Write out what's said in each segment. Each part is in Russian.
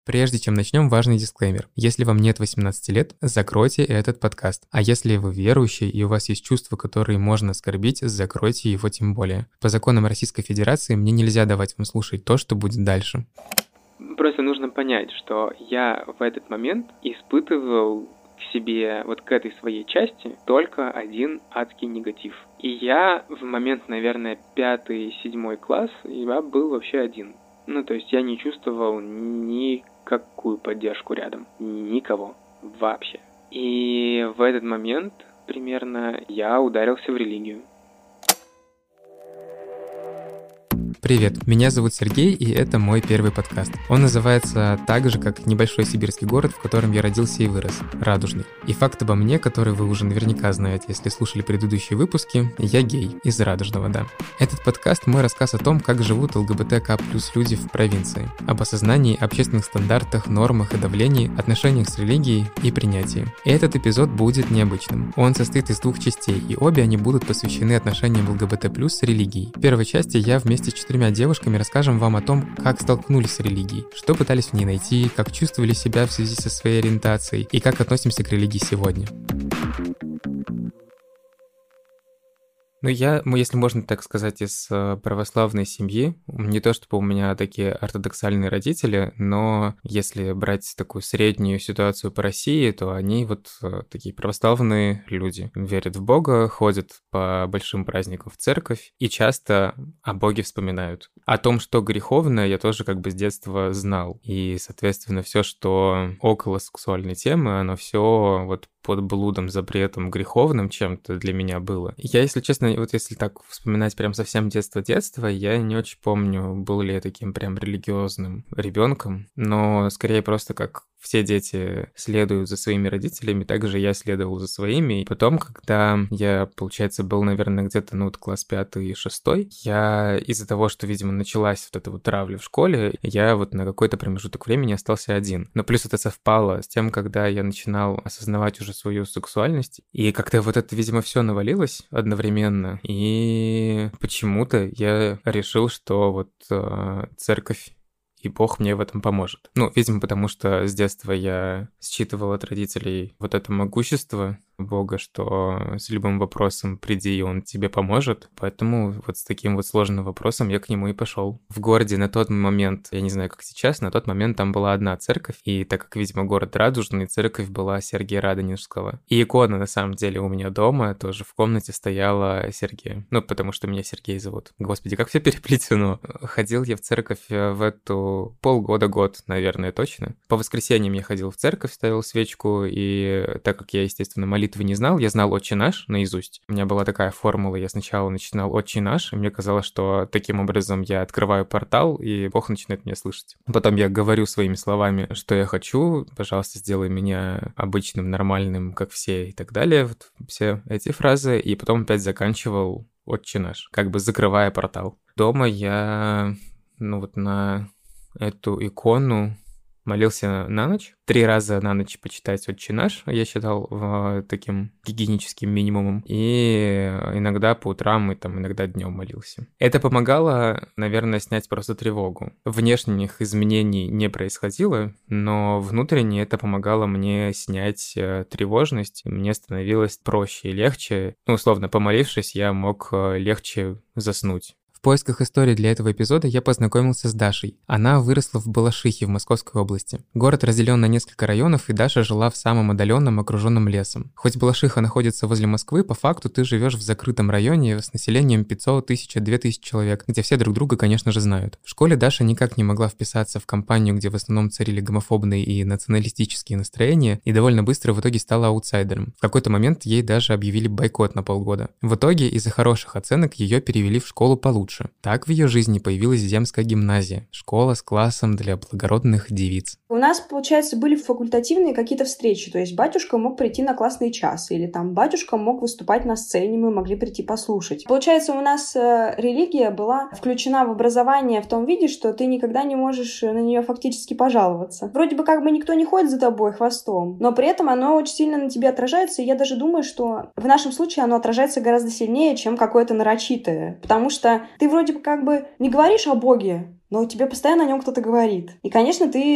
Прежде чем начнем, важный дисклеймер. Если вам нет 18 лет, закройте этот подкаст. А если вы верующий и у вас есть чувства, которые можно оскорбить, закройте его тем более. По законам Российской Федерации мне нельзя давать вам слушать то, что будет дальше. Просто нужно понять, что я в этот момент испытывал к себе, вот к этой своей части, только один адский негатив. И я в момент, наверное, 5-7 класс, я был вообще один. То есть я не чувствовал никакую поддержку рядом. Никого. Вообще. И в этот момент примерно я ударился в религию. Привет, меня зовут Сергей, и это мой первый подкаст. Он называется так же, как небольшой сибирский город, в котором я родился и вырос – Радужный. И факт обо мне, который вы уже наверняка знаете, если слушали предыдущие выпуски, я гей, из Радужного, да. Этот подкаст – мой рассказ о том, как живут ЛГБТК+ люди в провинции, об осознании, общественных стандартах, нормах и давлении, отношениях с религией и принятии. И этот эпизод будет необычным. Он состоит из 2 частей, и обе они будут посвящены отношениям ЛГБТ+ с религией. В первой части я вместе с 4 девушками расскажем вам о том, как столкнулись с религией, что пытались в ней найти, как чувствовали себя в связи со своей ориентацией и как относимся к религии сегодня. Если можно так сказать, из православной семьи. Не то чтобы у меня такие ортодоксальные родители, но если брать такую среднюю ситуацию по России, то они такие православные люди. Верят в Бога, ходят по большим праздникам в церковь и часто о Боге вспоминают. О том, что греховно, я тоже с детства знал. И, соответственно, все, что около сексуальной темы, оно все под блудом, запретом, греховным чем-то для меня было. Я, если честно, если так вспоминать прям совсем детство, я не очень помню, был ли я таким прям религиозным ребенком, но скорее просто как все дети следуют за своими родителями, также я следовал за своими. И потом, когда я, получается, был, наверное, где-то, класс 5-6, я из-за того, что, видимо, началась эта травля в школе, я на какой-то промежуток времени остался один. Но плюс это совпало с тем, когда я начинал осознавать уже свою сексуальность, и как-то это, видимо, все навалилось одновременно, и почему-то я решил, что церковь и Бог мне в этом поможет. Видимо, потому что с детства я считывал от родителей это могущество Бога, что с любым вопросом приди, и Он тебе поможет. Поэтому с таким сложным вопросом я к нему и пошел. В городе на тот момент, я не знаю, как сейчас, на тот момент там была одна церковь, и так как, видимо, город Радужный, церковь была Сергия Радонежского. И икона, на самом деле, у меня дома тоже в комнате стояла Сергея. Потому что меня Сергей зовут. Господи, как все переплетено. Ходил я в церковь в эту год, наверное, точно. По воскресеньям я ходил в церковь, ставил свечку, и так как я, естественно, молитвы не знал, я знал «Отче наш» наизусть. У меня была такая формула, я сначала начинал «Отче наш», и мне казалось, что таким образом я открываю портал, и Бог начинает меня слышать. Потом я говорю своими словами, что я хочу, пожалуйста, сделай меня обычным, нормальным, как все, и так далее. Все эти фразы, и потом опять заканчивал «Отче наш», закрывая портал. Дома я, на эту икону молился на ночь. 3 раза на ночь почитать «Отче наш», я считал таким гигиеническим минимумом. И иногда по утрам, и иногда днем молился. Это помогало, наверное, снять просто тревогу. Внешних изменений не происходило, но внутренне это помогало мне снять тревожность. Мне становилось проще и легче. Условно, помолившись, я мог легче заснуть. В поисках истории для этого эпизода я познакомился с Дашей. Она выросла в Балашихе в Московской области. Город разделен на несколько районов, и Даша жила в самом отдаленном, окруженном лесом. Хоть Балашиха находится возле Москвы, по факту ты живешь в закрытом районе с населением 500, 1000, 2000 человек, где все друг друга, конечно же, знают. В школе Даша никак не могла вписаться в компанию, где в основном царили гомофобные и националистические настроения, и довольно быстро в итоге стала аутсайдером. В какой-то момент ей даже объявили бойкот на полгода. В итоге из-за хороших оценок ее перевели в школу получше. Так в ее жизни появилась земская гимназия, школа с классом для благородных девиц. У нас, получается, были факультативные какие-то встречи, то есть батюшка мог прийти на классный час, или батюшка мог выступать на сцене, мы могли прийти послушать. Получается, у нас религия была включена в образование в том виде, что ты никогда не можешь на нее фактически пожаловаться. Вроде бы никто не ходит за тобой хвостом, но при этом оно очень сильно на тебе отражается, и я даже думаю, что в нашем случае оно отражается гораздо сильнее, чем какое-то нарочитое, потому что ты вроде бы не говоришь о Боге, но тебе постоянно о нем кто-то говорит. И, конечно, ты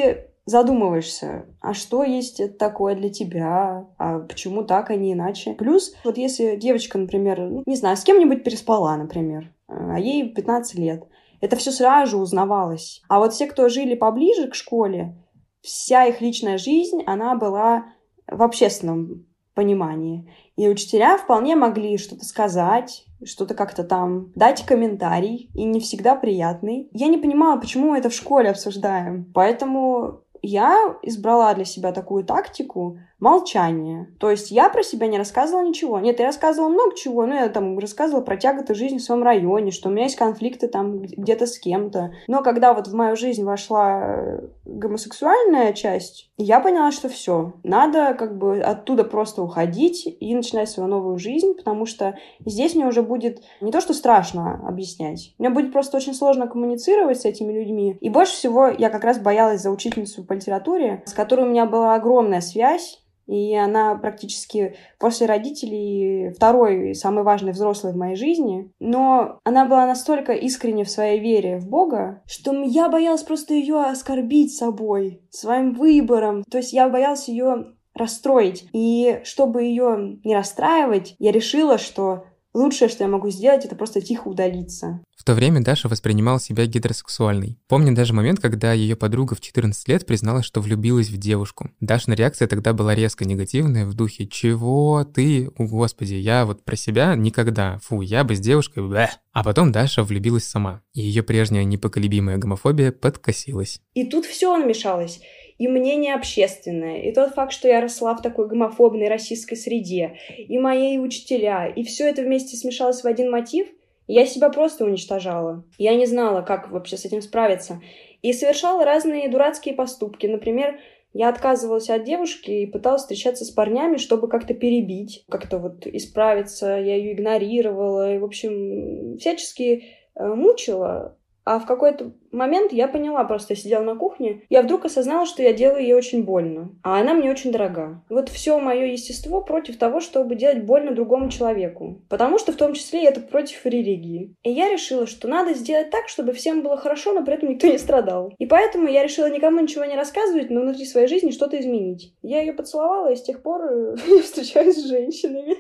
задумываешься, а что есть это такое для тебя, а почему так, а не иначе. Плюс, вот если девочка, например, не знаю, с кем-нибудь переспала, например, а ей 15 лет, это все сразу же узнавалось. А вот все, кто жили поближе к школе, вся их личная жизнь, она была в общественном понимании. И учителя вполне могли что-то сказать, что-то как-то там дать комментарий, и не всегда приятный. Я не понимала, почему мы это в школе обсуждаем. Поэтому я избрала для себя такую тактику молчания. То есть я про себя не рассказывала ничего. Нет, я рассказывала много чего, но я там рассказывала про тяготы жизни в своем районе, что у меня есть конфликты там где-то с кем-то. Но когда вот в мою жизнь вошла гомосексуальная часть, я поняла, что все, надо как бы оттуда просто уходить и начинать свою новую жизнь, потому что здесь мне уже будет не то, что страшно объяснять, мне будет просто очень сложно коммуницировать с этими людьми. И больше всего я как раз боялась за учительницу по литературе, с которой у меня была огромная связь, и она практически после родителей второй самый важный взрослый в моей жизни. Но она была настолько искренне в своей вере в Бога, что я боялась просто ее оскорбить собой, своим выбором. То есть я боялась ее расстроить. И чтобы ее не расстраивать, я решила, что лучшее, что я могу сделать, это просто тихо удалиться. В то время Даша воспринимала себя гетеросексуальной. Помню даже момент, когда ее подруга в 14 лет призналась, что влюбилась в девушку. Дашина реакция тогда была резко негативная, в духе «Чего ты? О, Господи, я вот про себя никогда. Фу, я бы с девушкой, бэ». А потом Даша влюбилась сама, и ее прежняя непоколебимая гомофобия подкосилась. И тут все намешалось. И мнение общественное, и тот факт, что я росла в такой гомофобной российской среде, и мои учителя, и все это вместе смешалось в один мотив, и я себя просто уничтожала. Я не знала, как вообще с этим справиться. И совершала разные дурацкие поступки. Например, я отказывалась от девушки и пыталась встречаться с парнями, чтобы как-то перебить, как-то вот исправиться. Я ее игнорировала и, в общем, всячески мучила. А в какой-то момент я поняла, просто сидела на кухне, я вдруг осознала, что я делаю ей очень больно, а она мне очень дорога. Вот все мое естество против того, чтобы делать больно другому человеку. Потому что в том числе это против религии. И я решила, что надо сделать так, чтобы всем было хорошо, но при этом никто не страдал. И поэтому я решила никому ничего не рассказывать, но внутри своей жизни что-то изменить. Я ее поцеловала, и с тех пор встречаюсь с женщинами.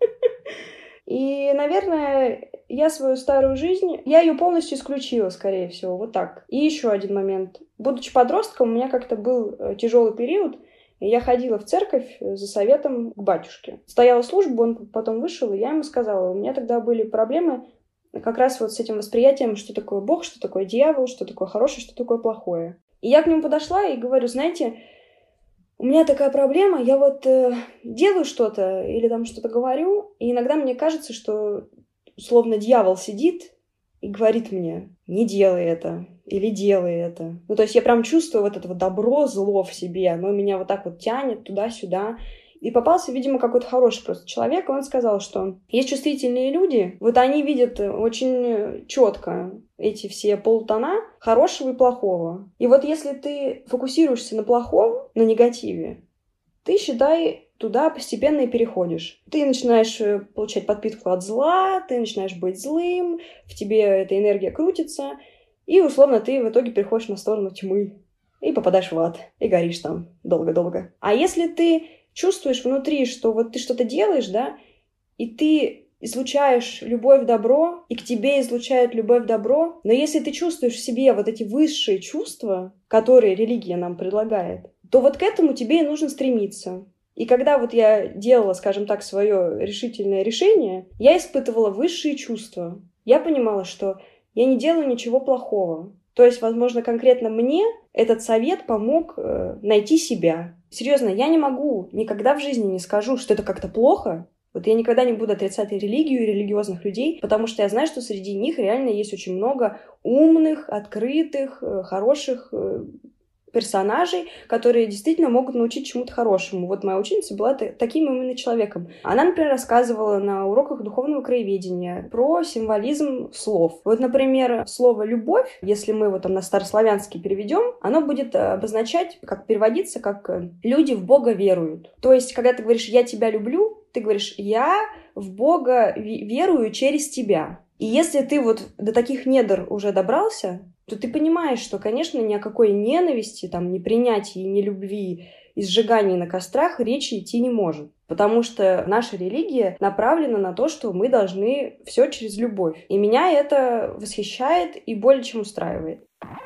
И, наверное, я свою старую жизнь, я ее полностью исключила, скорее всего, вот так. И еще один момент. Будучи подростком, у меня как-то был тяжелый период, и я ходила в церковь за советом к батюшке. Стояла служба, он потом вышел, и я ему сказала, у меня тогда были проблемы как раз вот с этим восприятием, что такое Бог, что такое дьявол, что такое хорошее, что такое плохое. И я к нему подошла и говорю, знаете, у меня такая проблема, я вот делаю что-то или там что-то говорю, и иногда мне кажется, что словно дьявол сидит и говорит мне, не делай это или делай это. Ну, то есть я прям чувствую вот это вот добро, зло в себе, оно меня вот так вот тянет туда-сюда. И попался, видимо, какой-то хороший просто человек, и он сказал, что есть чувствительные люди, вот они видят очень четко эти все полутона хорошего и плохого. И вот если ты фокусируешься на плохом, на негативе, ты, считай, туда постепенно и переходишь. Ты начинаешь получать подпитку от зла, ты начинаешь быть злым, в тебе эта энергия крутится, и условно ты в итоге переходишь на сторону тьмы и попадаешь в ад, и горишь там долго-долго. А если ты чувствуешь внутри, что вот ты что-то делаешь, да, и ты излучаешь любовь, добро, и к тебе излучают любовь, добро, но если ты чувствуешь в себе вот эти высшие чувства, которые религия нам предлагает, то вот к этому тебе и нужно стремиться. И когда вот я делала, скажем так, свое решительное решение, я испытывала высшие чувства. Я понимала, что я не делаю ничего плохого. То есть, возможно, конкретно мне этот совет помог найти себя. Серьезно, я не могу, никогда в жизни не скажу, что это как-то плохо. Вот я никогда не буду отрицать религию и религиозных людей, потому что я знаю, что среди них реально есть очень много умных, открытых, хороших персонажей, которые действительно могут научить чему-то хорошему. Вот моя ученица была таким именно человеком. Она, например, рассказывала на уроках духовного краеведения про символизм слов. Вот, например, слово «любовь», если мы его там на старославянский переведем, оно будет обозначать, как переводиться, как «люди в Бога веруют». То есть, когда ты говоришь «я тебя люблю», ты говоришь «я в Бога верую через тебя». И если ты вот до таких недр уже добрался, то ты понимаешь, что, конечно, ни о какой ненависти, там, непринятии, нелюбви и сжигании на кострах речи идти не может. Потому что наша религия направлена на то, что мы должны все через любовь. И меня это восхищает и более чем устраивает.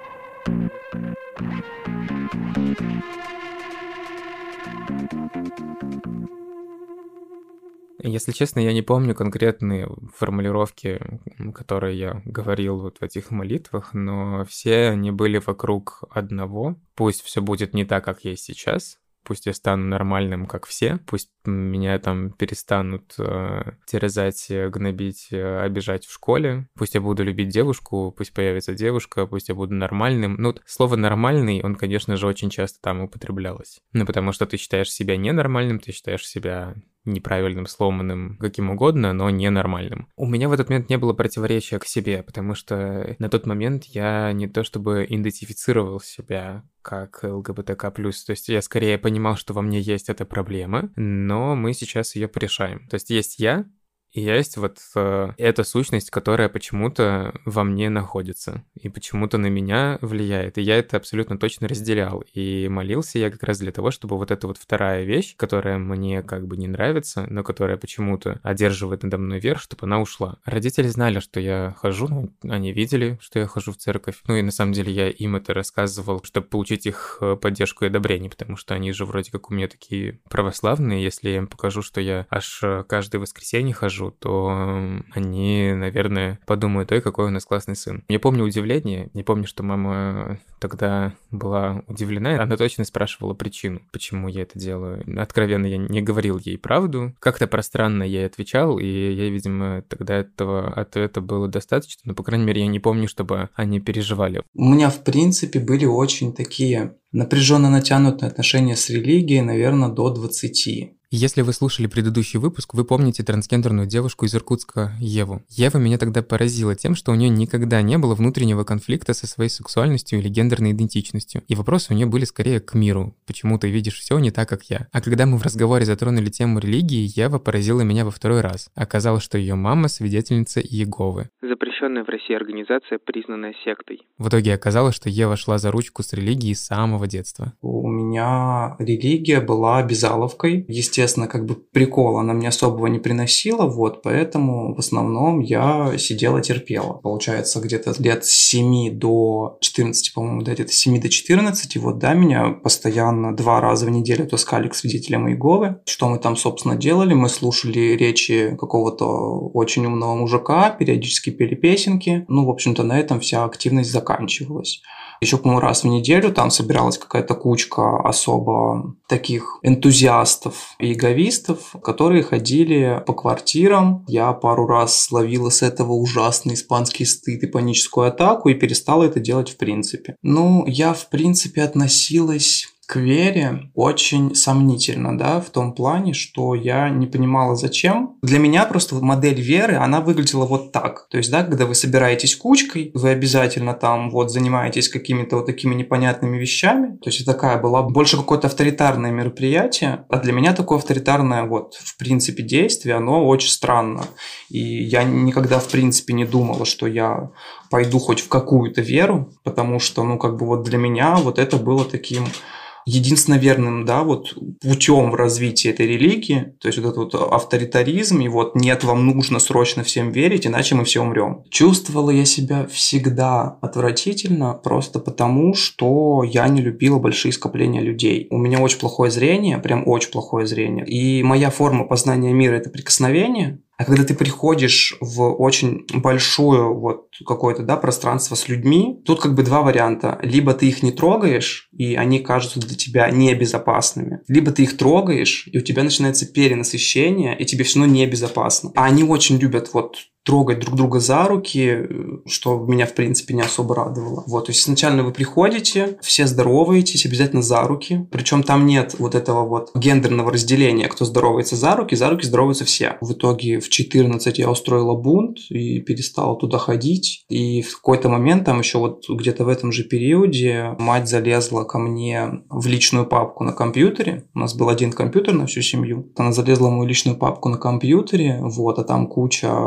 Если честно, я не помню конкретные формулировки, которые я говорил вот в этих молитвах, но все они были вокруг одного. Пусть все будет не так, как есть сейчас, пусть я стану нормальным, как все, пусть меня там перестанут терзать, гнобить, обижать в школе, пусть я буду любить девушку, пусть появится девушка, пусть я буду нормальным. Ну, слово «нормальный», он, конечно же, очень часто там употреблялось. Ну, потому что ты считаешь себя ненормальным, ты считаешь себя неправильным, сломанным, каким угодно, но ненормальным. У меня в этот момент не было противоречия к себе, потому что на тот момент я не то чтобы идентифицировал себя как ЛГБТК+, то есть я скорее понимал, что во мне есть эта проблема, но мы сейчас ее порешаем. То есть я, и есть вот эта сущность, которая почему-то во мне находится и почему-то на меня влияет. И я это абсолютно точно разделял. И молился я как раз для того, чтобы вот эта вот вторая вещь, которая мне как бы не нравится, но которая почему-то одерживает надо мной верх, чтобы она ушла. Родители знали, что я хожу, они видели, что я хожу в церковь. Ну и на самом деле я им это рассказывал, чтобы получить их поддержку и одобрение, потому что они же вроде как у меня такие православные. Если я им покажу, что я аж каждое воскресенье хожу, то они, наверное, подумают: ой, какой у нас классный сын. Я помню удивление, не помню, что мама тогда была удивлена. Она точно спрашивала причину, почему я это делаю. Откровенно я не говорил ей правду. Как-то пространно я ей отвечал, и я, видимо, тогда этого ответа было достаточно. Но, по крайней мере, я не помню, чтобы они переживали. У меня, в принципе, были очень такие напряженно натянутые отношения с религией, наверное, до 20. Если вы слушали предыдущий выпуск, вы помните трансгендерную девушку из Иркутска Еву. Ева меня тогда поразила тем, что у нее никогда не было внутреннего конфликта со своей сексуальностью или гендерной идентичностью. И вопросы у нее были скорее к миру. Почему ты видишь все не так, как я? А когда мы в разговоре затронули тему религии, Ева поразила меня во второй раз. Оказалось, что ее мама свидетельница Иеговы. Запрещенная в России организация, признанная сектой. В итоге оказалось, что Ева шла за ручку с религией с самого детства. У меня религия была обязаловкой. Естественно, как бы прикола она мне особого не приносила, вот, поэтому в основном я сидела, терпела. Получается, где-то лет с 7 до 14, по-моему, да, где-то с 7 до 14, вот, да, меня постоянно 2 раза в неделю таскали к свидетелям Иеговы. Что мы там, собственно, делали? Мы слушали речи какого-то очень умного мужика, периодически пели песенки. Ну, в общем-то, на этом вся активность заканчивалась. Еще, по-моему, раз в неделю там собиралась какая-то кучка особо таких энтузиастов и иеговистов, которые ходили по квартирам. Я пару раз словила с этого ужасный испанский стыд и паническую атаку и перестала это делать в принципе. Ну, я в принципе относилась к вере очень сомнительно, да, в том плане, что я не понимала, зачем. Для меня просто модель веры, она выглядела вот так. То есть, да, когда вы собираетесь кучкой, вы обязательно там вот занимаетесь какими-то вот такими непонятными вещами. То есть, это такая была больше какое-то авторитарное мероприятие. А для меня такое авторитарное вот, в принципе, действие, оно очень странно. И я никогда, в принципе, не думала, что я пойду хоть в какую-то веру, потому что, ну, как бы вот для меня вот это было таким единственно верным, да, вот путем в развитии этой религии, то есть вот этот вот авторитаризм, и вот нет, вам нужно срочно всем верить, иначе мы все умрем. Чувствовала я себя всегда отвратительно, просто потому, что я не любила большие скопления людей. У меня очень плохое зрение, прям очень плохое зрение, и моя форма познания мира – это прикосновение. А когда ты приходишь в очень большое вот какое-то, да, пространство с людьми, тут как бы 2 варианта. Либо ты их не трогаешь, и они кажутся для тебя небезопасными. Либо ты их трогаешь, и у тебя начинается перенасыщение, и тебе все равно небезопасно. А они очень любят вот трогать друг друга за руки, что меня, в принципе, не особо радовало. Вот, то есть изначально вы приходите, все здороваетесь, обязательно за руки. Причем там нет вот этого вот гендерного разделения, кто здоровается за руки здороваются все. В итоге в 14 я устроила бунт и перестала туда ходить. И в какой-то момент, там еще вот где-то в этом же периоде, мать залезла ко мне в личную папку на компьютере. У нас был один компьютер на всю семью. Она залезла в мою личную папку на компьютере, вот, а там куча клипов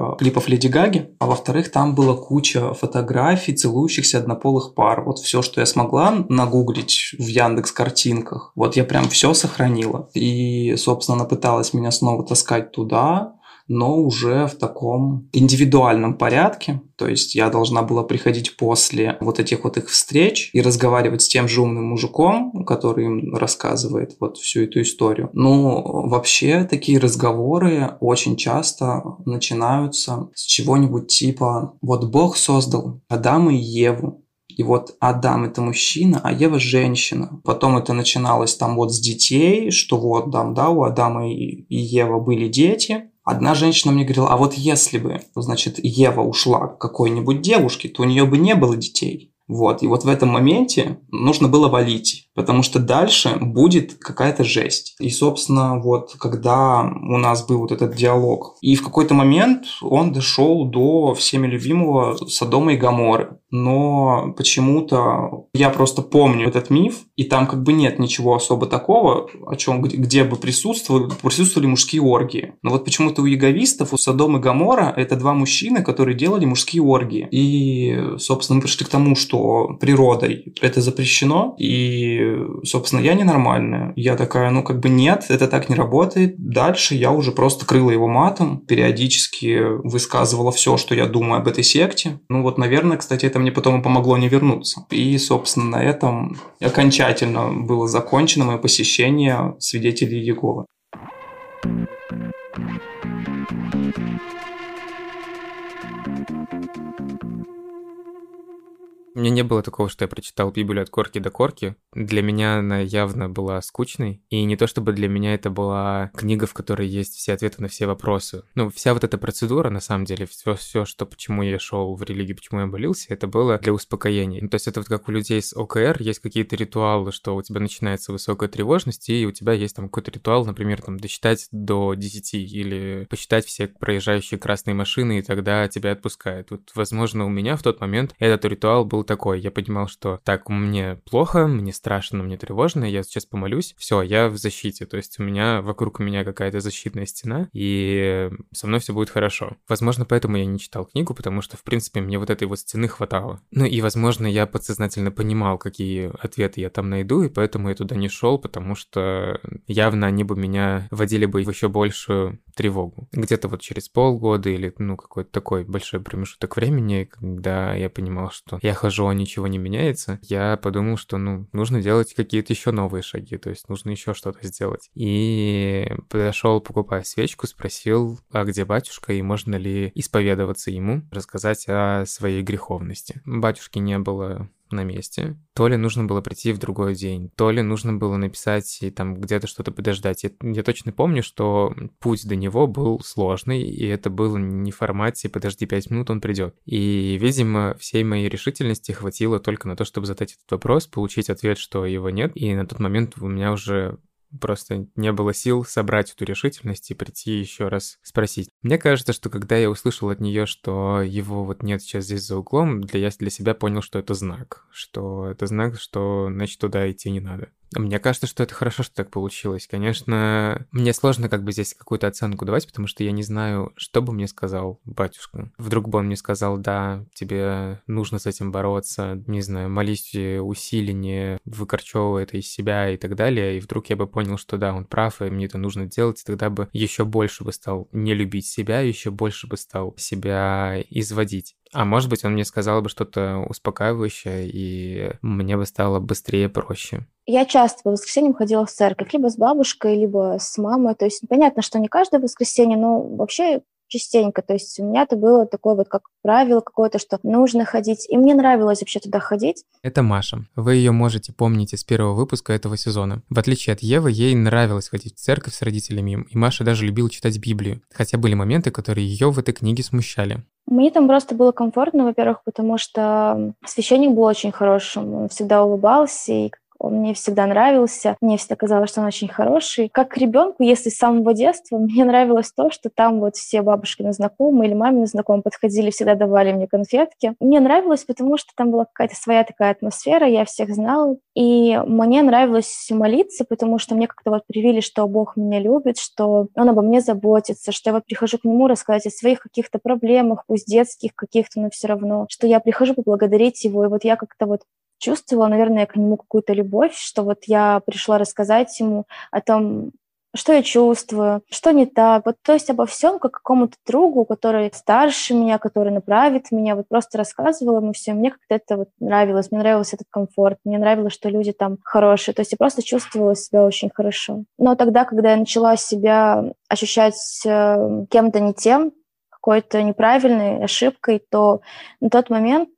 Леди Гаги, а во-вторых, там была куча фотографий целующихся однополых пар. Вот все, что я смогла нагуглить в Яндекс.Картинках, вот я прям все сохранила. И, собственно, она пыталась меня снова таскать туда, но уже в таком индивидуальном порядке. То есть я должна была приходить после вот этих вот их встреч и разговаривать с тем же умным мужиком, который им рассказывает вот всю эту историю. Ну, вообще, такие разговоры очень часто начинаются с чего-нибудь типа «Вот Бог создал Адама и Еву, и вот Адам – это мужчина, а Ева – женщина». Потом это начиналось там вот с детей, что вот там, да, у Адама и Евы были дети. Одна женщина мне говорила, а вот если бы, значит, Ева ушла к какой-нибудь девушке, то у нее бы не было детей. Вот, и вот в этом моменте нужно было валить, потому что дальше будет какая-то жесть. И, собственно, вот когда у нас был вот этот диалог, и в какой-то момент он дошел до всеми любимого Содома и Гоморры. Но почему-то я просто помню этот миф, и там как бы нет ничего особо такого, о чем где бы присутствовали мужские оргии. Но вот почему-то у яговистов, у Содом и Гоморра это два мужчины, которые делали мужские оргии. И, собственно, мы пришли к тому, что природой это запрещено, и, собственно, я ненормальная. Я такая, ну как бы нет, это так не работает. Дальше я уже просто крыла его матом, периодически высказывала все, что я думаю об этой секте. Ну вот, наверное, кстати, это мне потом и помогло не вернуться. И, собственно, на этом окончательно было закончено мое посещение свидетелей Иеговы. У меня не было такого, что я прочитал Библию от корки до корки. Для меня она явно была скучной. И не то чтобы для меня это была книга, в которой есть все ответы на все вопросы. Ну, вся вот эта процедура, на самом деле, все, что почему я шел в религию, почему я молился, это было для успокоения. Ну, то есть это вот как у людей с ОКР есть какие-то ритуалы, что у тебя начинается высокая тревожность, и у тебя есть там какой-то ритуал, например, там досчитать до 10 или посчитать все проезжающие красные машины, и тогда тебя отпускают. Вот, возможно, у меня в тот момент этот ритуал был такой. Я понимал, что так, мне плохо, мне страшно, мне тревожно, я сейчас помолюсь, все, я в защите. То есть у меня вокруг меня какая-то защитная стена, и со мной все будет хорошо. Возможно, поэтому я не читал книгу, потому что, в принципе, мне вот этой вот стены хватало. Ну и, возможно, я подсознательно понимал, какие ответы я там найду, и поэтому я туда не шел, потому что явно они бы меня вводили бы в еще большую тревогу. Где-то вот через полгода или, ну, какой-то такой большой промежуток времени, когда я понимал, что я хожу, а ничего не меняется, я подумал, что, ну, нужно делать какие-то еще новые шаги, то есть нужно еще что-то сделать. И подошел, покупая свечку, спросил, а где батюшка, и можно ли исповедоваться ему, рассказать о своей греховности. Батюшки не было на месте. То ли нужно было прийти в другой день, то ли нужно было написать и там где-то что-то подождать. Я точно помню, что путь до него был сложный, и это было не в формате «подожди 5 минут, он придет». И, видимо, всей моей решительности хватило только на то, чтобы задать этот вопрос, получить ответ, что его нет, и на тот момент у меня уже просто не было сил собрать эту решительность и прийти еще раз спросить. Мне кажется, что когда я услышал от нее, что его вот нет сейчас здесь за углом, я для себя понял, что это знак, что значит туда идти не надо. Мне кажется, что это хорошо, что так получилось. Конечно, мне сложно как бы здесь какую-то оценку давать, потому что я не знаю, что бы мне сказал батюшка. Вдруг бы он мне сказал, да, тебе нужно с этим бороться, не знаю, молись усиленнее, выкорчевывай это из себя и так далее. И вдруг я бы понял, что да, он прав, и мне это нужно делать, и тогда бы еще больше бы стал не любить себя, еще больше бы стал себя изводить. А может быть, он мне сказал бы что-то успокаивающее, и мне бы стало быстрее, проще. Я часто по воскресеньям ходила в церковь, либо с бабушкой, либо с мамой. То есть понятно, что не каждое воскресенье, но вообще частенько. То есть у меня это было такое вот как правило какое-то, что нужно ходить. И мне нравилось вообще туда ходить. Это Маша. Вы ее можете помнить из первого выпуска этого сезона. В отличие от Евы, ей нравилось ходить в церковь с родителями, и Маша даже любила читать Библию. Хотя были моменты, которые ее в этой книге смущали. Мне там просто было комфортно, во-первых, потому что священник был очень хорошим, он всегда улыбался, и он мне всегда нравился, мне всегда казалось, что он очень хороший. Как ребенку, если с самого детства, мне нравилось то, что там вот все бабушкины знакомые или мамины знакомые подходили, всегда давали мне конфетки. Мне нравилось, потому что там была какая-то своя такая атмосфера, я всех знала. И мне нравилось молиться, потому что мне как-то вот привили, что Бог меня любит, что Он обо мне заботится, что я вот прихожу к Нему рассказать о своих каких-то проблемах, пусть детских каких-то, но все равно, что я прихожу поблагодарить Его. И вот я как-то вот чувствовала, наверное, к Нему какую-то любовь, что вот я пришла рассказать Ему о том, что я чувствую, что не так. Вот, то есть обо всем, как какому-то другу, который старше меня, который направит меня, вот просто рассказывала ему все. Мне как-то это вот нравилось. Мне нравился этот комфорт. Мне нравилось, что люди там хорошие. То есть я просто чувствовала себя очень хорошо. Но тогда, когда я начала себя ощущать кем-то не тем, какой-то неправильной ошибкой, то на тот момент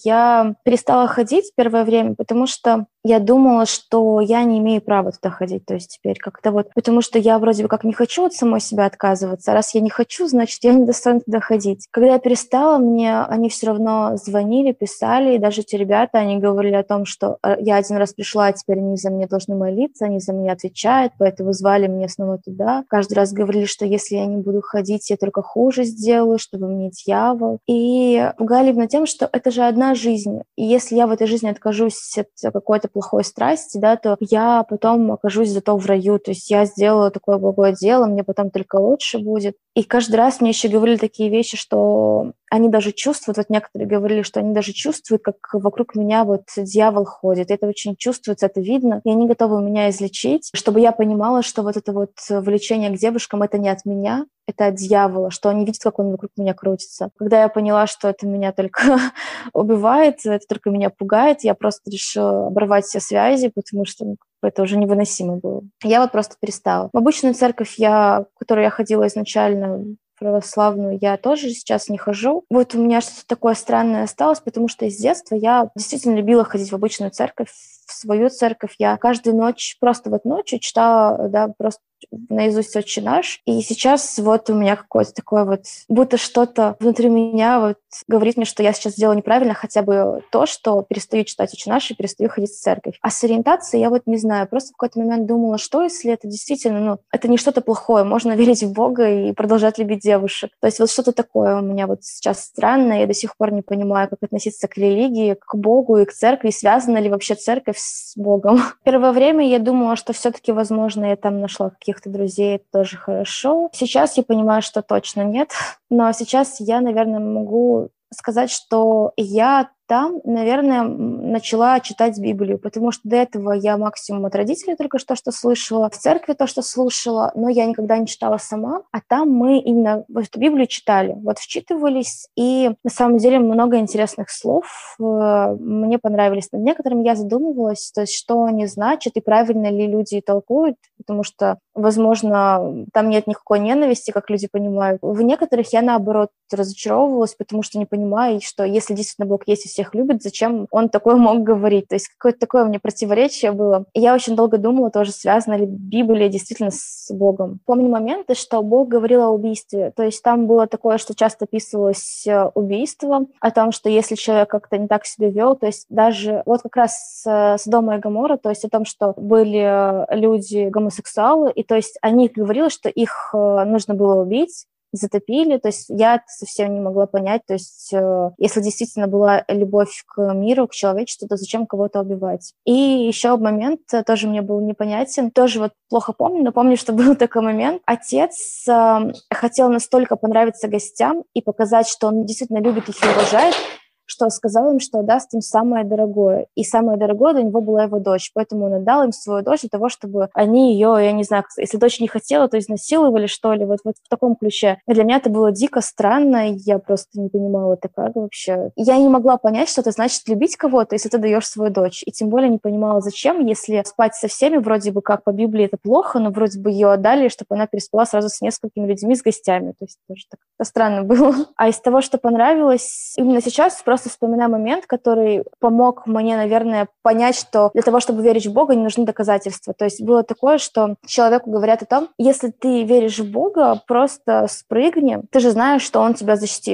я перестала ходить первое время, потому что я думала, что я не имею права туда ходить, то есть теперь как-то вот, потому что я вроде бы как не хочу от самой себя отказываться, а раз я не хочу, значит, я не достану туда ходить. Когда я перестала, мне они все равно звонили, писали, и даже те ребята, они говорили о том, что я один раз пришла, а теперь они за меня должны молиться, они за меня отвечают, поэтому звали меня снова туда. Каждый раз говорили, что если я не буду ходить, я только хуже сделаю, что вы мне дьявол. И пугали меня тем, что это же одна жизнь, и если я в этой жизни откажусь от какой-то плохой страсти, да, то я потом окажусь зато в раю. То есть я сделала такое благое дело, мне потом только лучше будет. И каждый раз мне еще говорили такие вещи, что они даже чувствуют, вот некоторые говорили, что они даже чувствуют, как вокруг меня вот дьявол ходит. Это очень чувствуется, это видно. И они готовы меня излечить, чтобы я понимала, что вот это вот влечение к девушкам — это не от меня, это от дьявола, что они видят, как он вокруг меня крутится. Когда я поняла, что это меня только убивает, это только меня пугает, я просто решила оборвать все связи, потому что это уже невыносимо было. Я вот просто перестала. В обычную церковь, в которую я ходила изначально, православную, я тоже сейчас не хожу. Вот у меня что-то такое странное осталось, потому что из детства я действительно любила ходить в обычную церковь, в свою церковь. Я каждую ночь, просто вот ночью читала, да, просто наизусть «Отче наш». И сейчас вот у меня какое-то такое вот, будто что-то внутри меня вот говорит мне, что я сейчас сделала неправильно, хотя бы то, что перестаю читать «Отче наш» и перестаю ходить в церковь. А с ориентацией я вот не знаю. Просто в какой-то момент думала, что если это действительно, это не что-то плохое, можно верить в Бога и продолжать любить девушек. То есть вот что-то такое у меня вот сейчас странное. Я до сих пор не понимаю, как относиться к религии, к Богу и к церкви. Связана ли вообще церковь с Богом? Первое время я думала, что все-таки, возможно, я там нашла каких-то друзей, это тоже хорошо. Сейчас я понимаю, что точно нет. Но сейчас я, наверное, могу сказать, что я там, наверное, начала читать Библию, потому что до этого я максимум от родителей только что слышала, в церкви то, что слушала, но я никогда не читала сама, а там мы именно эту Библию читали, вот вчитывались, и на самом деле много интересных слов мне понравились. Над некоторыми я задумывалась, то есть что они значат и правильно ли люди толкуют, потому что, возможно, там нет никакой ненависти, как люди понимают. В некоторых я, наоборот, разочаровывалась, потому что не понимаю, что если действительно Бог есть и всех любит, зачем он такое мог говорить? То есть какое-то такое у меня противоречие было. И я очень долго думала, тоже связана ли Библия действительно с Богом. Помню моменты, что Бог говорил о убийстве. То есть там было такое, что часто описывалось убийство, о том, что если человек как-то не так себя вел, то есть даже вот как раз Содома и Гоморра, то есть о том, что были люди гомосексуалы, и то есть о них говорилось, что их нужно было убить, затопили, то есть я это совсем не могла понять, то есть если действительно была любовь к миру, к человечеству, то зачем кого-то убивать? И еще момент тоже мне был непонятен, тоже вот плохо помню, но помню, что был такой момент. Отец хотел настолько понравиться гостям и показать, что он действительно любит их и уважает, что сказал им, что даст им самое дорогое. И самое дорогое для него была его дочь. Поэтому он отдал им свою дочь для того, чтобы они ее, я не знаю, если дочь не хотела, то изнасиловали, что ли, вот в таком ключе. И для меня это было дико странно, и я просто не понимала, это как вообще. Я не могла понять, что это значит любить кого-то, если ты даешь свою дочь. И тем более не понимала, зачем, если спать со всеми, вроде бы как по Библии это плохо, но вроде бы ее отдали, чтобы она переспала сразу с несколькими людьми, с гостями. То есть тоже так странно было. А из того, что понравилось, именно сейчас просто вспоминаю момент, который помог мне, наверное, понять, что для того, чтобы верить в Бога, не нужны доказательства. То есть было такое, что человеку говорят о том, если ты веришь в Бога, просто спрыгни, ты же знаешь, что Он тебя защитит.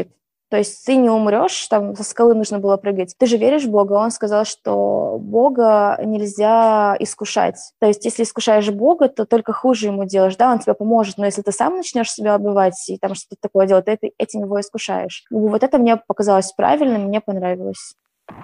То есть ты не умрешь, там со скалы нужно было прыгать. Ты же веришь в Бога. Он сказал, что Бога нельзя искушать. То есть если искушаешь Бога, то только хуже ему делаешь, да, он тебе поможет. Но если ты сам начнешь себя убивать и там что-то такое делать, то ты этим его искушаешь. Вот это мне показалось правильным, мне понравилось.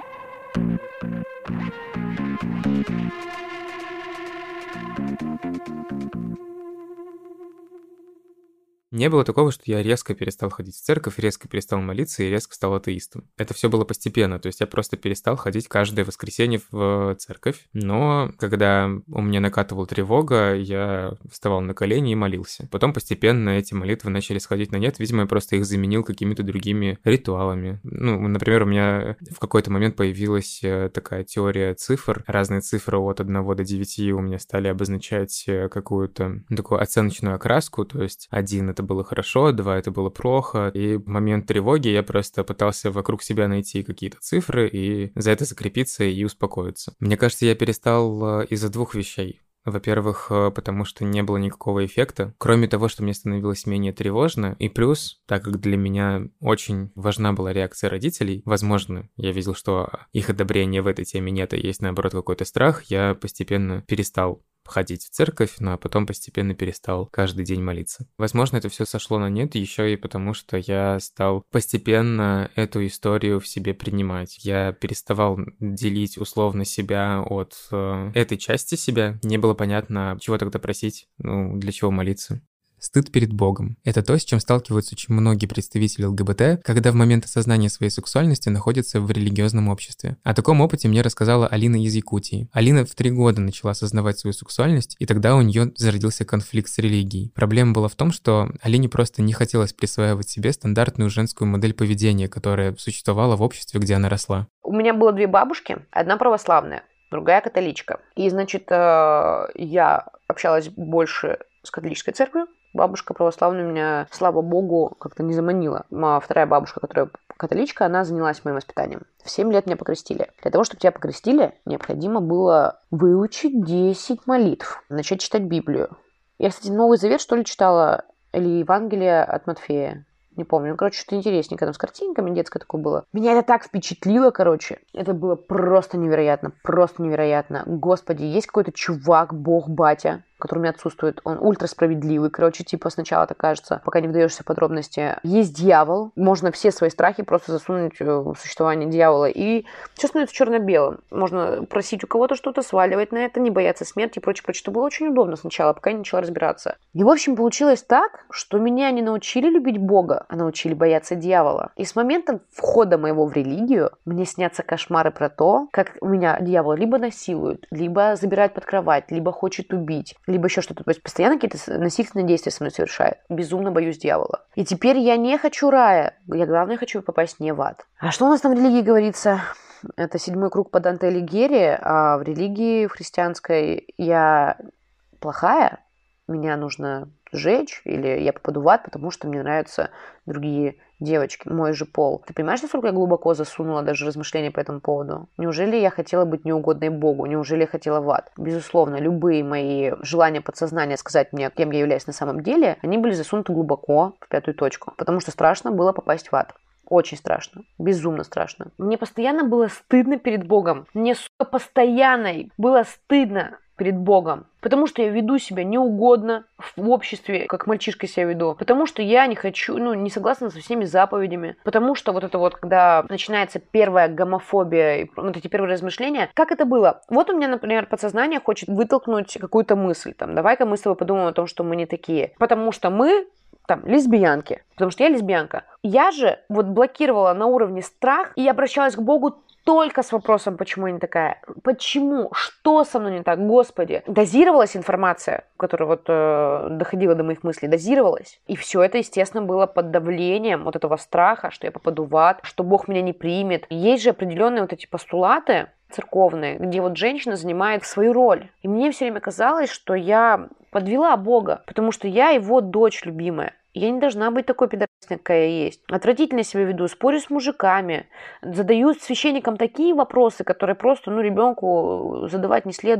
Не было такого, что я резко перестал ходить в церковь, резко перестал молиться и резко стал атеистом. Это все было постепенно, то есть я просто перестал ходить каждое воскресенье в церковь. Но когда у меня накатывала тревога, я вставал на колени и молился. Потом постепенно эти молитвы начали сходить на нет, видимо, я просто их заменил какими-то другими ритуалами. Ну, например, у меня в какой-то момент появилась такая теория цифр. Разные цифры от 1 до 9 у меня стали обозначать какую-то такую оценочную окраску, то есть 1 — это было хорошо, 2 — это было плохо, и в момент тревоги я просто пытался вокруг себя найти какие-то цифры и за это закрепиться и успокоиться. Мне кажется, я перестал из-за 2 вещей. Во-первых, потому что не было никакого эффекта, кроме того, что мне становилось менее тревожно, и плюс, так как для меня очень важна была реакция родителей, возможно, я видел, что их одобрения в этой теме нет, а есть, наоборот, какой-то страх, я постепенно перестал ходить в церковь, но потом постепенно перестал каждый день молиться. Возможно, это все сошло на нет еще и потому, что я стал постепенно эту историю в себе принимать. Я переставал делить условно себя от этой части себя. Не было понятно, чего тогда просить, для чего молиться. Стыд перед Богом. Это то, с чем сталкиваются очень многие представители ЛГБТ, когда в момент осознания своей сексуальности находятся в религиозном обществе. О таком опыте мне рассказала Алина из Якутии. Алина в 3 года начала осознавать свою сексуальность, и тогда у нее зародился конфликт с религией. Проблема была в том, что Алине просто не хотелось присваивать себе стандартную женскую модель поведения, которая существовала в обществе, где она росла. У меня было 2 бабушки, одна православная, другая католичка. И, значит, я общалась больше с католической церковью. Бабушка православная меня, слава богу, как-то не заманила. А вторая бабушка, которая католичка, она занялась моим воспитанием. В 7 лет меня покрестили. Для того, чтобы тебя покрестили, необходимо было выучить 10 молитв, начать читать Библию. Я, кстати, Новый Завет, что ли, читала, или Евангелие от Матфея. Не помню. Что-то интересненькое там с картинками, детское такое было. Меня это так впечатлило, Это было просто невероятно, просто невероятно. Господи, есть какой-то чувак, бог, батя, который у меня отсутствует. Он ультрасправедливый. Сначала так кажется, пока не вдаешься в подробности. Есть дьявол. Можно все свои страхи просто засунуть в существование дьявола. И все становится черно-белым. Можно просить у кого-то что-то, сваливать на это, не бояться смерти и прочее. Это было очень удобно сначала, пока я не начала разбираться. И, в общем, получилось так, что меня не научили любить Бога, а научили бояться дьявола. И с момента входа моего в религию мне снятся кошмары про то, как меня дьявол либо насилует, либо забирает под кровать, либо хочет убить, либо еще что-то. То есть постоянно какие-то насильственные действия со мной совершает. Безумно боюсь дьявола. И теперь я не хочу рая. Я, главное, хочу попасть не в ад. А что у нас там в религии говорится? Это 7-й круг по Данте Алигьери. А в религии, в христианской, я плохая. Меня нужно сжечь, или я попаду в ад, потому что мне нравятся другие девочки, мой же пол. Ты понимаешь, насколько я глубоко засунула даже размышления по этому поводу? Неужели я хотела быть неугодной Богу? Неужели я хотела в ад? Безусловно, любые мои желания подсознания сказать мне, кем я являюсь на самом деле, они были засунуты глубоко в 5-ю точку, потому что страшно было попасть в ад. Очень страшно. Безумно страшно. Мне постоянно было стыдно перед Богом. Мне, постоянно было стыдно перед Богом. Потому что я веду себя неугодно в обществе, как мальчишка себя веду. Потому что я не хочу, не согласна со всеми заповедями. Потому что когда начинается первая гомофобия, эти первые размышления, как это было? Вот у меня, например, подсознание хочет вытолкнуть какую-то мысль. Давай-ка мы с тобой подумаем о том, что мы не такие. Потому что мы лесбиянки. Потому что я лесбиянка. Я же блокировала на уровне страх и обращалась к Богу только с вопросом, почему я не такая. Почему? Что со мной не так? Господи. Дозировалась информация, которая доходила до моих мыслей. Дозировалась. И все это, естественно, было под давлением этого страха, что я попаду в ад, что Бог меня не примет. Есть же определенные эти постулаты церковные, где женщина занимает свою роль. И мне все время казалось, что я подвела Бога, потому что я его дочь любимая. Я не должна быть такой пидорасной, какая я есть. Отвратительно себя веду, спорю с мужиками, задаю священникам такие вопросы, которые просто, ребенку задавать не следует.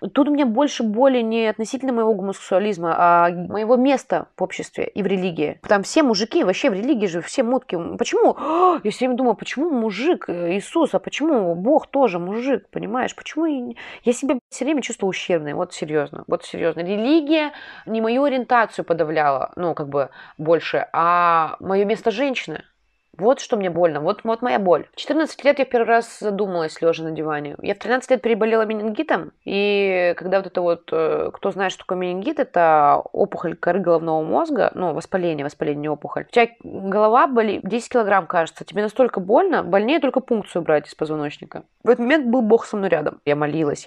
Тут у меня больше боли не относительно моего гомосексуализма, а моего места в обществе и в религии. Там все мужики, вообще в религии же все мутки. Почему? Я все время думала, почему мужик Иисус, а почему Бог тоже мужик, понимаешь? Почему я себя все время чувствовала ущербной? Вот серьезно. Религия не мою ориентацию подавляла, больше, а мое место женщины. Вот что мне больно, вот моя боль. В 14 лет я первый раз задумалась, лежа на диване. Я в 13 лет переболела менингитом, и когда кто знает, что такое менингит, это опухоль коры головного мозга, воспаление, не опухоль. У тебя голова болит 10 килограмм, кажется, тебе настолько больно, больнее только пункцию брать из позвоночника. В этот момент был Бог со мной рядом. Я молилась,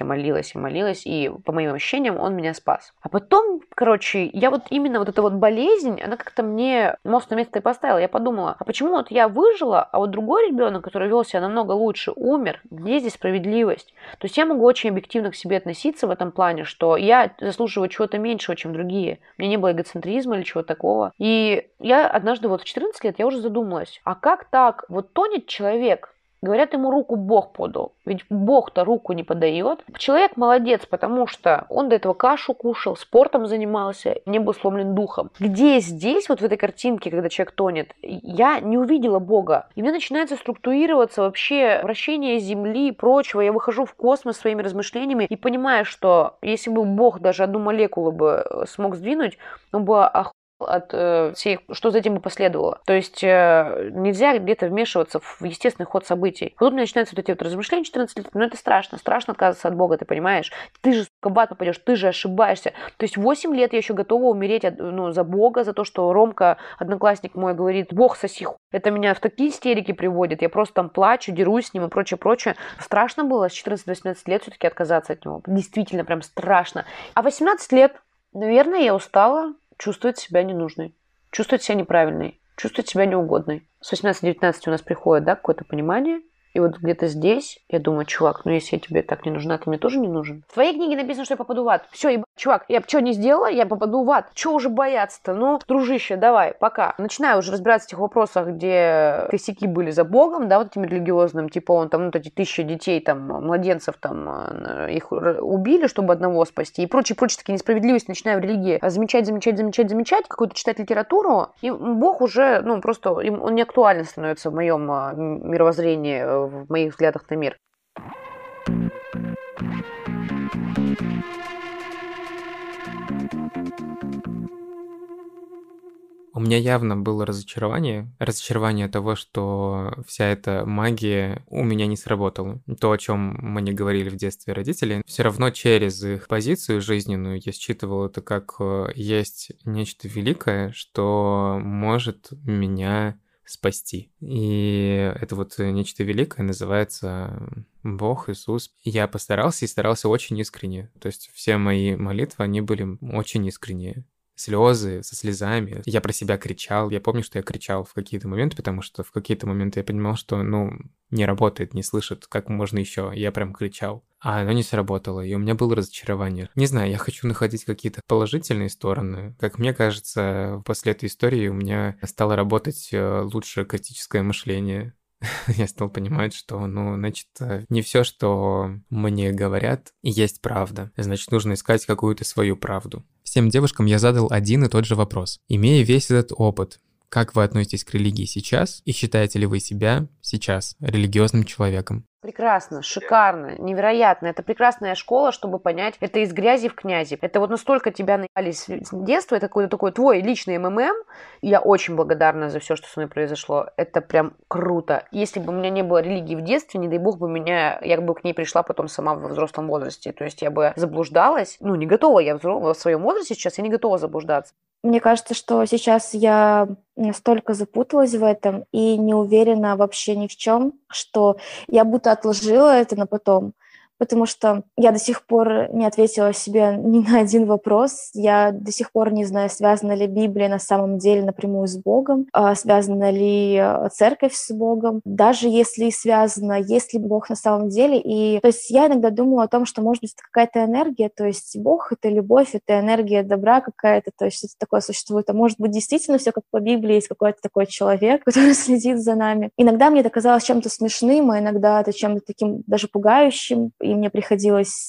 и по моим ощущениям он меня спас. А потом, я именно эта болезнь, она как-то мне мозг на место и поставила. Я подумала, а почему я выжила, а другой ребенок, который вел себя намного лучше, умер? Где здесь справедливость? То есть я могу очень объективно к себе относиться в этом плане, что я заслуживаю чего-то меньшего, чем другие. У меня не было эгоцентризма или чего-то такого. И я однажды в 14 лет я уже задумалась, а как так? Тонет человек, говорят, ему руку Бог подал. Ведь Бог-то руку не подает. Человек молодец, потому что он до этого кашу кушал, спортом занимался, не был сломлен духом. Где здесь, в этой картинке, когда человек тонет, я не увидела Бога. И мне начинается структурироваться вообще вращение Земли и прочего. Я выхожу в космос своими размышлениями и понимаю, что если бы Бог даже одну молекулу бы смог сдвинуть, он бы от всех, что за этим бы последовало. То есть нельзя где-то вмешиваться в естественный ход событий. Тут у меня начинаются эти размышления 14 лет, это страшно отказываться от Бога, ты понимаешь? Ты же, в ад попадешь, ты же ошибаешься. То есть 8 лет я еще готова умереть за Бога, за то, что Ромка, одноклассник мой, говорит, Бог соси хуй. Это меня в такие истерики приводит, я просто там плачу, дерусь с ним и прочее. Страшно было с 14-18 лет все-таки отказаться от него. Действительно, прям страшно. А 18 лет, наверное, я устала чувствовать себя ненужной, чувствовать себя неправильной, чувствовать себя неугодной. С 18-19 у нас приходит, какое-то понимание. И где-то здесь я думаю, чувак, если я тебе так не нужна, ты мне тоже не нужен. В твоей книге написано, что я попаду в ад. Все, чувак, я что не сделала, я попаду в ад. Чего уже бояться-то? Дружище, давай, пока. Начинаю уже разбираться в тех вопросах, где косяки были за Богом, этим религиозным, он эти 1000 детей, младенцев, их убили, чтобы одного спасти, и прочие такие несправедливости. Начинаю в религии замечать, какую-то читать литературу, и Бог уже, просто, он не актуален становится в моем мировоззрении, в моих взглядах на мир. У меня явно было разочарование того, что вся эта магия у меня не сработала. То, о чем мы не говорили в детстве родители, все равно через их позицию жизненную я считывал это как есть нечто великое, что может меня спасти. И это нечто великое называется Бог, Иисус. Я постарался и старался очень искренне. То есть все мои молитвы, они были очень искренние. Слезы, со слезами. Я про себя кричал. Я помню, что я кричал в какие-то моменты, потому что в какие-то моменты я понимал, что, не работает, не слышит, как можно еще. Я прям кричал. А оно не сработало, и у меня было разочарование. Не знаю, я хочу находить какие-то положительные стороны. Как мне кажется, после этой истории у меня стало работать лучше критическое мышление. Я стал понимать, что, значит, не все, что мне говорят, есть правда. Значит, нужно искать какую-то свою правду. Всем девушкам я задал один и тот же вопрос. Имея весь этот опыт, как вы относитесь к религии сейчас, и считаете ли вы себя сейчас религиозным человеком? Прекрасно, шикарно, невероятно. Это прекрасная школа, чтобы понять, это из грязи в князи. Это настолько тебя наебали с детства, это какой-то такой твой личный МММ. И я очень благодарна за все, что со мной произошло. Это прям круто. Если бы у меня не было религии в детстве, не дай бог я бы к ней пришла потом сама во взрослом возрасте. То есть я бы заблуждалась. Не готова я в своем возрасте сейчас, я не готова заблуждаться. Мне кажется, что сейчас я настолько запуталась в этом и не уверена вообще ни в чем, что я будто отложила это на потом. Потому что я до сих пор не ответила себе ни на один вопрос. Я до сих пор не знаю, связана ли Библия на самом деле напрямую с Богом, связана ли церковь с Богом. Даже если связана, есть ли Бог на самом деле. И то есть я иногда думала о том, что может быть это какая-то энергия, то есть Бог — это любовь, это энергия добра какая-то, то есть что-то такое существует. А может быть действительно все как по Библии, есть какой-то такой человек, который следит за нами. Иногда мне это казалось чем-то смешным, а иногда это чем-то таким даже пугающим. и мне приходилось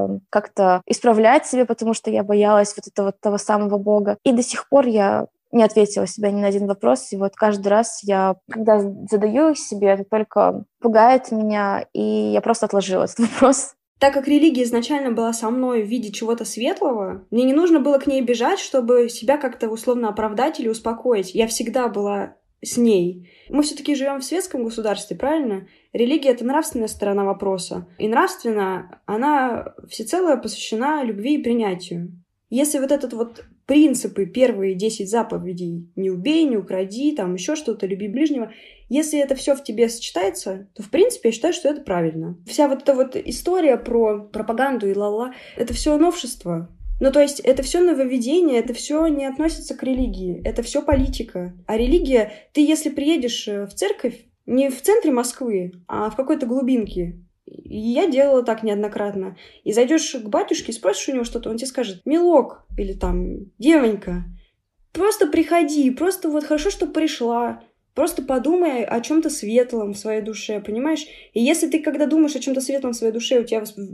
как-то исправлять себя, потому что я боялась вот этого того самого Бога. И до сих пор я не ответила себе ни на один вопрос, и вот каждый раз когда задаю их себе, это только пугает меня, и я просто отложила этот вопрос. Так как религия изначально была со мной в виде чего-то светлого, мне не нужно было к ней бежать, чтобы себя как-то условно оправдать или успокоить. Я всегда была с ней. Мы все-таки живем в светском государстве, правильно? Религия — это нравственная сторона вопроса. И нравственно она всецело посвящена любви и принятию. Если вот этот вот принципы, первые 10 заповедей — не убей, не укради, там еще что-то, люби ближнего, если это все в тебе сочетается, то, в принципе, я считаю, что это правильно. Вся вот эта вот история про пропаганду и ла-ла — это все новшество. Ну, то есть, это все нововведение, это все не относится к религии, это все политика. А религия, ты если приедешь в церковь не в центре Москвы, а в какой-то глубинке, и я делала так неоднократно. И зайдешь к батюшке, спросишь у него что-то, он тебе скажет: «Милок» или там «Девонька, просто приходи, просто вот хорошо, что пришла». Просто подумай о чем-то светлом в своей душе, понимаешь? И если ты, когда думаешь о чем-то светлом в своей душе,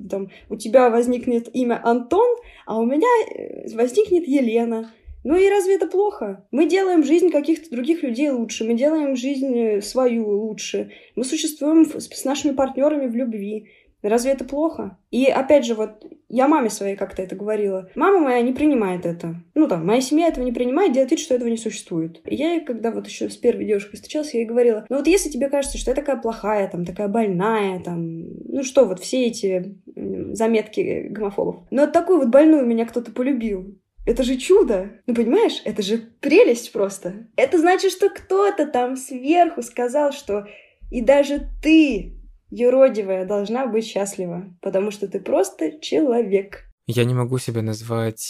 у тебя возникнет имя Антон, а у меня возникнет Елена. Ну и разве это плохо? Мы делаем жизнь каких-то других людей лучше, мы делаем жизнь свою лучше, мы существуем с нашими партнерами в любви. Разве это плохо? И опять же, вот я маме своей как-то это говорила. Мама моя не принимает это. Моя семья этого не принимает, делает вид, что этого не существует. И я ей, когда вот еще с первой девушкой встречалась, я ей говорила: ну вот если тебе кажется, что я такая плохая, там, такая больная, там, вот все эти заметки гомофобов. Но вот такую вот больную меня кто-то полюбил. Это же чудо! Понимаешь? Это же прелесть просто. Это значит, что кто-то там сверху сказал, что и даже ты, юродивая, должна быть счастлива, потому что ты просто человек. Я не могу себя назвать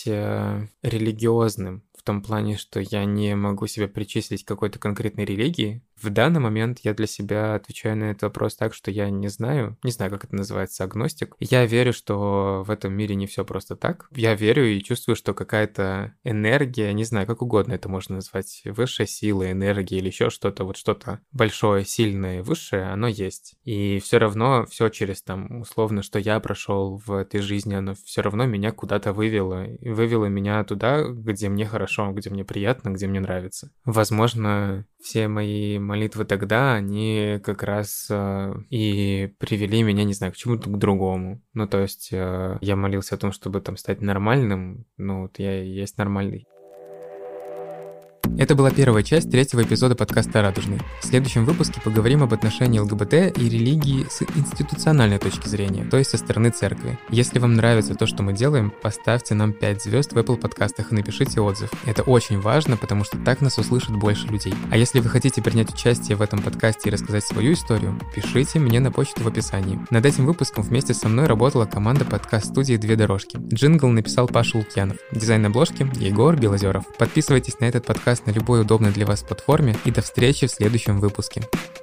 религиозным в том плане, что я не могу себя причислить к какой-то конкретной религии. В данный момент я для себя отвечаю на этот вопрос так, что я не знаю, как это называется, агностик. Я верю, что в этом мире не все просто так. Я верю и чувствую, что какая-то энергия, не знаю, как угодно это можно назвать, высшая сила, энергия или еще что-то, вот что-то большое, сильное, высшее, оно есть. И все равно все через там условно, что я прошел в этой жизни, оно все равно меня куда-то вывело. И вывело меня туда, где мне хорошо, где мне приятно, где мне нравится. Возможно, все мои молитвы тогда, они как раз и привели меня, не знаю, к чему-то к другому. То есть я молился о том, чтобы там стать нормальным, я и есть нормальный. Это была первая часть 3-го эпизода подкаста «Радужный». В следующем выпуске поговорим об отношении ЛГБТ и религии с институциональной точки зрения, то есть со стороны церкви. Если вам нравится то, что мы делаем, поставьте нам 5 звезд в Apple подкастах и напишите отзыв. Это очень важно, потому что так нас услышит больше людей. А если вы хотите принять участие в этом подкасте и рассказать свою историю, пишите мне на почту в описании. Над этим выпуском вместе со мной работала команда подкаст-студии «Две дорожки». Джингл написал Паша Лукьянов. Дизайн обложки — Егор Белозеров. Подписывайтесь на этот подкаст на любой удобной для вас платформе и до встречи в следующем выпуске.